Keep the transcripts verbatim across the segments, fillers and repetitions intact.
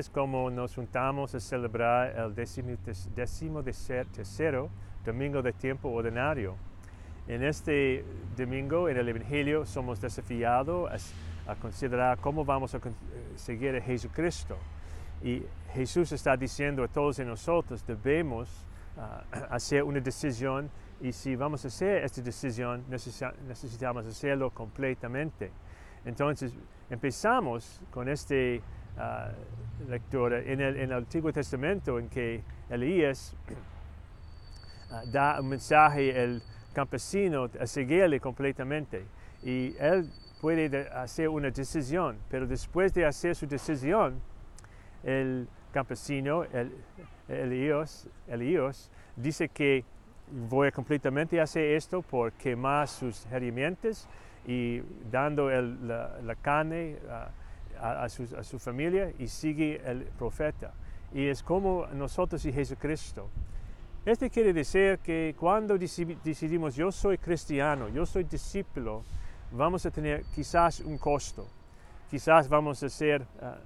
es como nos juntamos a celebrar el décimo, décimo tercero domingo de tiempo ordinario. En este domingo, en el Evangelio, somos desafiados a, a considerar cómo vamos a seguir a Jesucristo. Y Jesús está diciendo a todos nosotros, debemos uh, hacer una decisión, y si vamos a hacer esta decisión, necesitamos hacerlo completamente. Entonces, empezamos con esta uh, lectura en el, en el Antiguo Testamento, en que Elías uh, da un mensaje al campesino a seguirle completamente. Y él puede hacer una decisión, pero después de hacer su decisión, el campesino, el, Elías, Elías, dice que voy a completamente hacer esto por quemar sus herramientas y dando el, la, la carne uh, a, a, su, a su familia, y sigue el profeta. Y es como nosotros y Jesucristo. Este quiere decir que cuando decidimos yo soy cristiano, yo soy discípulo, vamos a tener quizás un costo. Quizás vamos a ser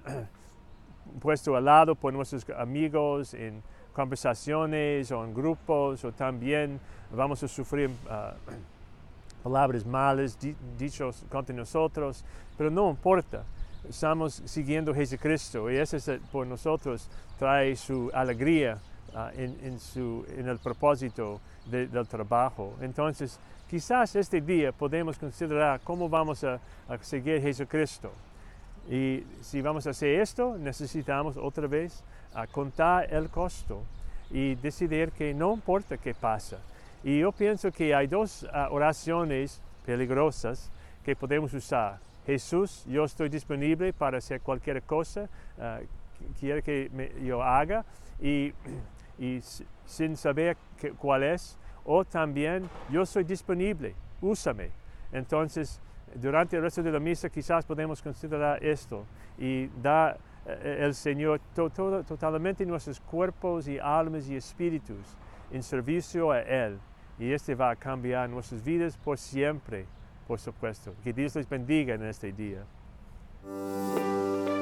uh, puesto al lado por nuestros amigos en conversaciones o en grupos, o también vamos a sufrir uh, palabras malas di dichos contra nosotros, pero no importa, estamos siguiendo a Jesucristo, y eso es, por nosotros trae su alegría uh, en, en, su, en el propósito de, del trabajo. Entonces, quizás este día podemos considerar cómo vamos a, a seguir a Jesucristo. Y si vamos a hacer esto, necesitamos otra vez uh, contar el costo y decidir que no importa qué pasa. Y yo pienso que hay dos uh, oraciones peligrosas que podemos usar. Jesús, yo estoy disponible para hacer cualquier cosa uh, que quiera que me, yo haga, y, y sin saber que, cuál es. O también, yo soy disponible, úsame. Entonces, durante el resto de la misa quizás podemos considerar esto y dar eh, el Señor to, to, totalmente nuestros cuerpos y almas y espíritus en servicio a Él. Y este va a cambiar nuestras vidas por siempre, por supuesto. Que Dios les bendiga en este día.